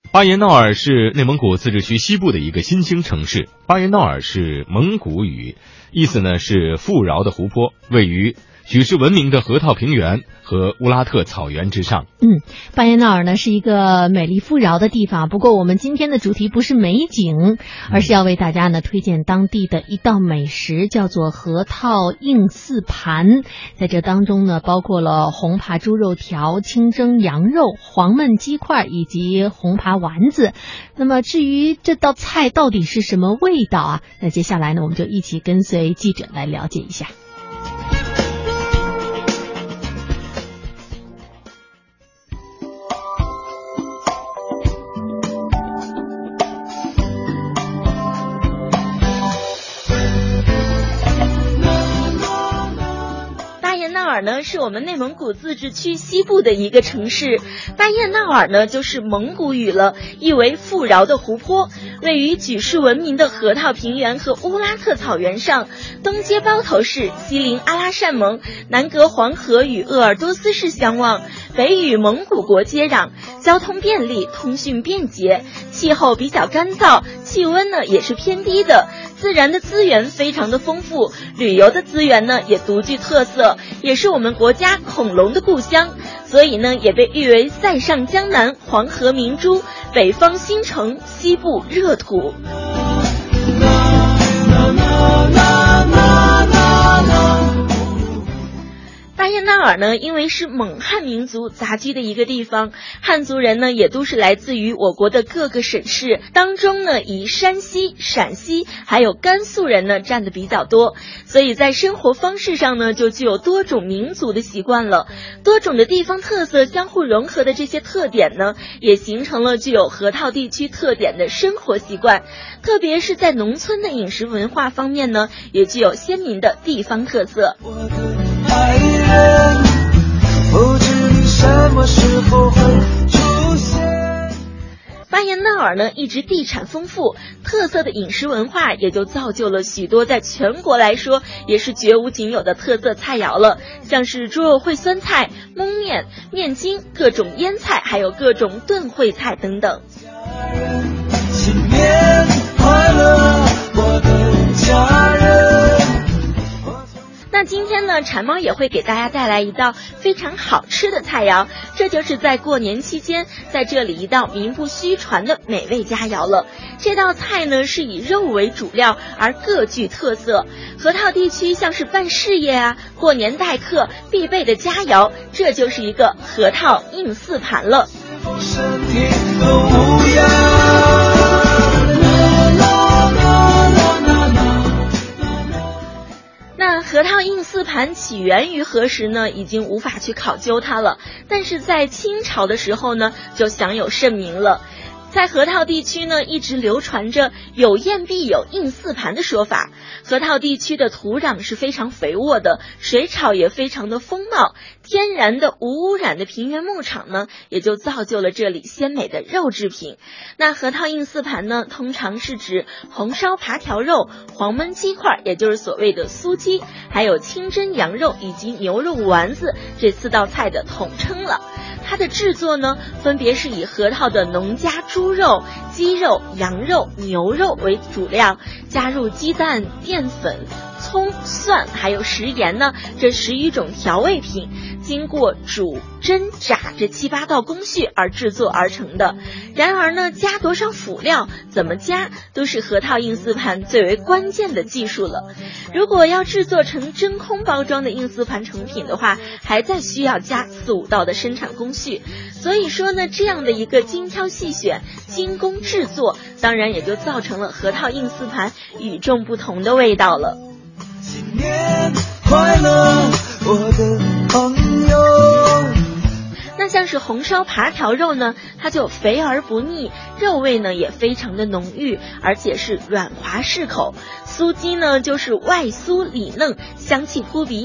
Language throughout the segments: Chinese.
巴彦淖尔是内蒙古自治区西部的一个新兴城市。巴彦淖尔是蒙古语，意思呢是富饶的湖泊，位于举世闻名的河套平原和乌拉特草原之上。 巴彦淖尔呢是一个美丽富饶的地方，不过我们今天的主题不是美景，而是要为大家呢推荐当地的一道美食，叫做河套硬四盘。在这当中呢，包括了红扒猪肉条、清蒸羊肉、黄焖鸡块以及红扒丸子。那么至于这道菜到底是什么味道啊？那接下来呢，我们就一起跟随记者来了解一下。 呢是我们内蒙古自治区西部的一个城市，巴彦淖尔呢就是蒙古语了，意为富饶的湖泊，位于举世闻名的河套平原和乌拉特草原上，东接包头市，西临阿拉善盟，南隔黄河与鄂尔多斯市相望，北与蒙古国接壤，交通便利，通讯便捷，气候比较干燥，气温呢也是偏低的，自然的资源非常的丰富，旅游的资源呢也独具特色，也是我们国家恐龙的故乡，所以呢也被誉为塞上江南，黄河明珠，北方新城，西部热土。巴彦淖尔呢，因为是蒙汉民族杂居的一个地方，汉族人呢也都是来自于我国的各个省市，当中呢以山西、陕西还有甘肃人呢占的比较多，所以在生活方式上呢就具有多种民族的习惯了，多种的地方特色相互融合的这些特点呢，也形成了具有河套地区特点的生活习惯，特别是在农村的饮食文化方面呢，也具有鲜明的地方特色。爱人，不知你什么时候会出现。巴彦淖尔呢，一直地产丰富，特色的饮食文化也就造就了许多在全国来说也是绝无仅有的特色菜肴了，像是猪肉烩酸菜、焖面、面筋、各种腌菜，还有各种炖烩菜等等。新年快乐，我的家人。那今天呢，馋猫也会给大家带来一道非常好吃的菜肴，这就是在过年期间在这里一道名不虚传的美味佳肴了。这道菜呢是以肉为主料，而各具特色。河套地区像是办事业啊、过年待客必备的佳肴，这就是一个河套硬四盘了。那河套硬四盘起源于何时呢？已经无法去考究它了，但是在清朝的时候呢，就享有盛名了。在河套地区呢，一直流传着有燕必有硬四盘的说法。河套地区的土壤是非常肥沃的，水草也非常的丰茂，天然的无污染的平原牧场呢，也就造就了这里鲜美的肉制品。那河套硬四盘呢，通常是指红烧扒条肉、黄焖鸡块，也就是所谓的酥鸡，还有清蒸羊肉以及牛肉丸子这4道菜的统称了。它的制作呢，分别是以河套的农家猪肉、鸡肉、羊肉、牛肉为主料，加入鸡蛋、淀粉、葱、蒜还有食盐呢，这10余种调味品，经过煮、蒸、炸这7、8道工序而制作而成的。然而呢，加多少辅料、怎么加，都是河套硬四盘最为关键的技术了。如果要制作成真空包装的硬四盘成品的话，还在需要加4、5道的生产工序。所以说呢，这样的一个精挑细选、精工制作，当然也就造成了河套硬四盘与众不同的味道了。新年快乐，我的朋友。那像是红烧扒条肉呢，它就肥而不腻，肉味呢也非常的浓郁，而且是软滑适口。酥鸡呢就是外酥里嫩，香气扑鼻，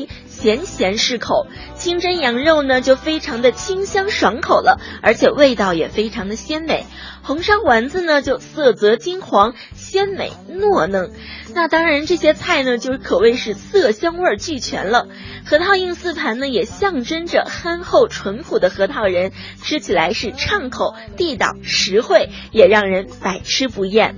咸咸适口，清真羊肉呢就非常的清香爽口了，而且味道也非常的鲜美。红烧丸子呢就色泽金黄，鲜美糯嫩。那当然这些菜呢就是可谓是色香味俱全了。核桃硬四盘呢也象征着憨厚淳朴的核桃人，吃起来是畅口地道实惠，也让人百吃不厌。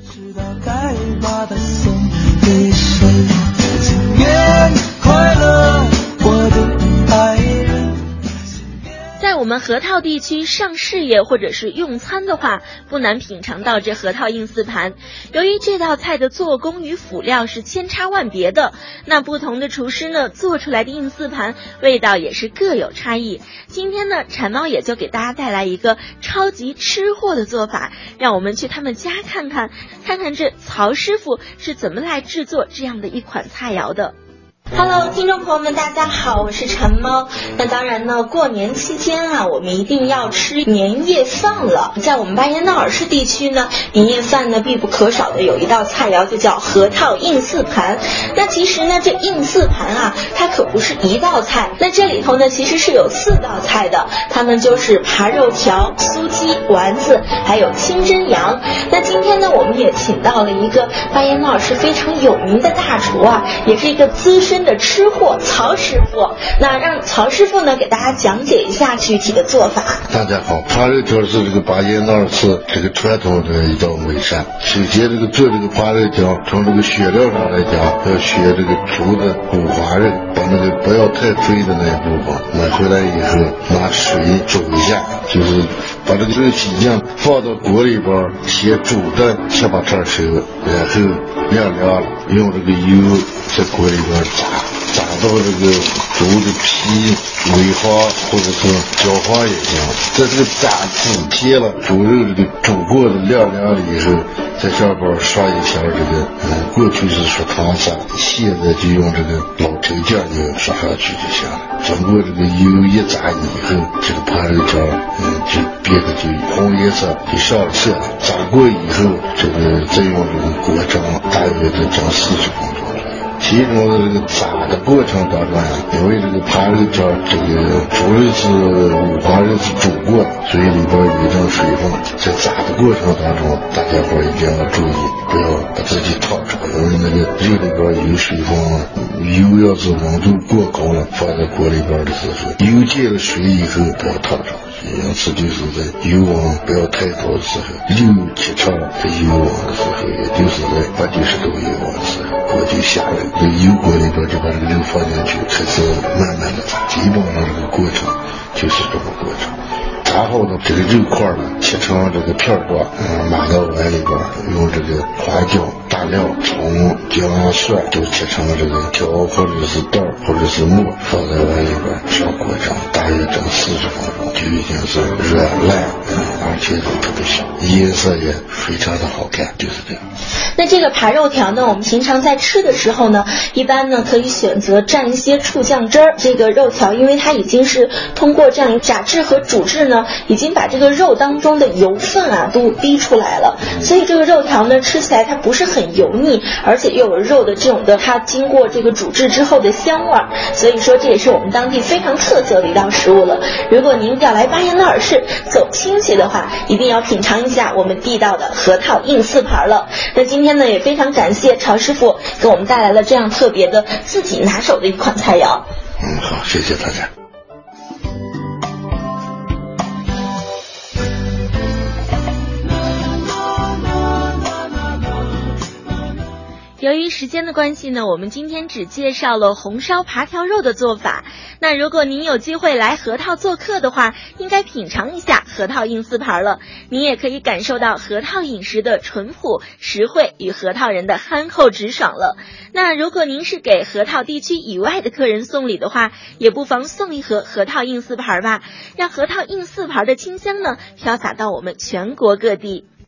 新年快乐，我的爱人。在我们河套地区上事业或者是用餐的话，不难品尝到这核桃硬四盘。由于这道菜的做工与辅料是千差万别的，那不同的厨师呢做出来的硬四盘味道也是各有差异。今天呢，馋猫也就给大家带来一个超级吃货的做法，让我们去他们家看看这曹师傅是怎么来制作这样的一款菜肴的。Hello， 听众朋友们，大家好，我是馋猫。那当然呢，过年期间啊，我们一定要吃年夜饭了。在我们巴彦淖尔市地区呢，年夜饭呢必不可少的有一道菜肴，就叫核桃硬四盘。那其实呢，这硬四盘啊，它可不是一道菜，那这里头呢其实是有4道菜的，它们就是扒肉条、酥鸡、丸子，还有清真羊。那今天呢，我们也请到了一个巴彦淖尔市非常有名的大厨啊，也是一个资深的吃货曹师傅。那让曹师傅呢给大家讲解一下具体的做法。 大家好，扒肉条是这个巴彦淖尔市这个传统的一道美餐。首先这个做这个扒肉条，从这个血料上来讲，要选这个猪的五花肉，把那个不要太肥的那一部分买回来以后，拿水煮一下，就是把这个肉皮酱放到锅里边，先煮的7、8成熟，然后晾凉了，用这个油在锅里边炸到这个猪的皮微黄或者是焦黄也行。在这个炸子贴了猪肉这个煮过的晾凉了以后，在上边刷一条这个过去是说糖沙，现在就用这个老抽酱油刷上去就行了。经过这个油一炸以后，这个扒肉条就变得就红颜色，就上了色了。炸过以后，这个再用这个锅蒸，大约再蒸40分钟。其中的这个炸的过程当中呀，因为这个扒肉条这个猪肉是五花肉是煮过，所以里边有一种水分，在炸的过程当中，大家伙一定要注意，不要把自己烫着，因为那个肉里边有水分，油要是温度过高了，放在锅里边的时候，油见了水以后不要烫着。因此就是在油温不要太高的时候，6、7成的油温的时候，也就是在80-90度油温的时候，锅就下来，这油锅里边就把这个肉放进去，开始慢慢的炸，基本上这个过程就是这个过程。炸好的这个肉块呢，切成这个片状，码到碗里边，用这个花椒、大料、葱、姜、蒜都切成这个条或者是段或者是末，放在碗里边上锅蒸，大约蒸40分钟，就已经是软烂，而且是特别香，颜色也非常的好看，就是这样。 那这个扒肉条呢，我们平常在吃的时候呢，一般呢可以选择蘸一些醋酱汁儿。这个肉条因为它已经是通过这样炸制和煮制呢，已经把这个肉当中的油分啊都逼出来了，所以这个肉条呢吃起来它不是很油腻，而且又有肉的这种的它经过这个煮制之后的香味儿，所以说这也是我们当地非常特色的一道食物了。如果您要来巴彦淖尔市走亲戚的话，一定要品尝一下我们地道的核桃硬四盘了。那今天呢也非常感谢曹师傅给我们带来了这样特别的自己拿手的一款菜肴。 好，谢谢大家。 由于时间的关系呢，我们今天只介绍了红烧扒条肉的做法。那如果您有机会来河套做客的话，应该品尝一下河套硬四盘了。您也可以感受到河套饮食的淳朴、实惠与河套人的憨厚直爽了。那如果您是给河套地区以外的客人送礼的话，也不妨送一盒河套硬四盘吧，让河套硬四盘的清香呢飘洒到我们全国各地。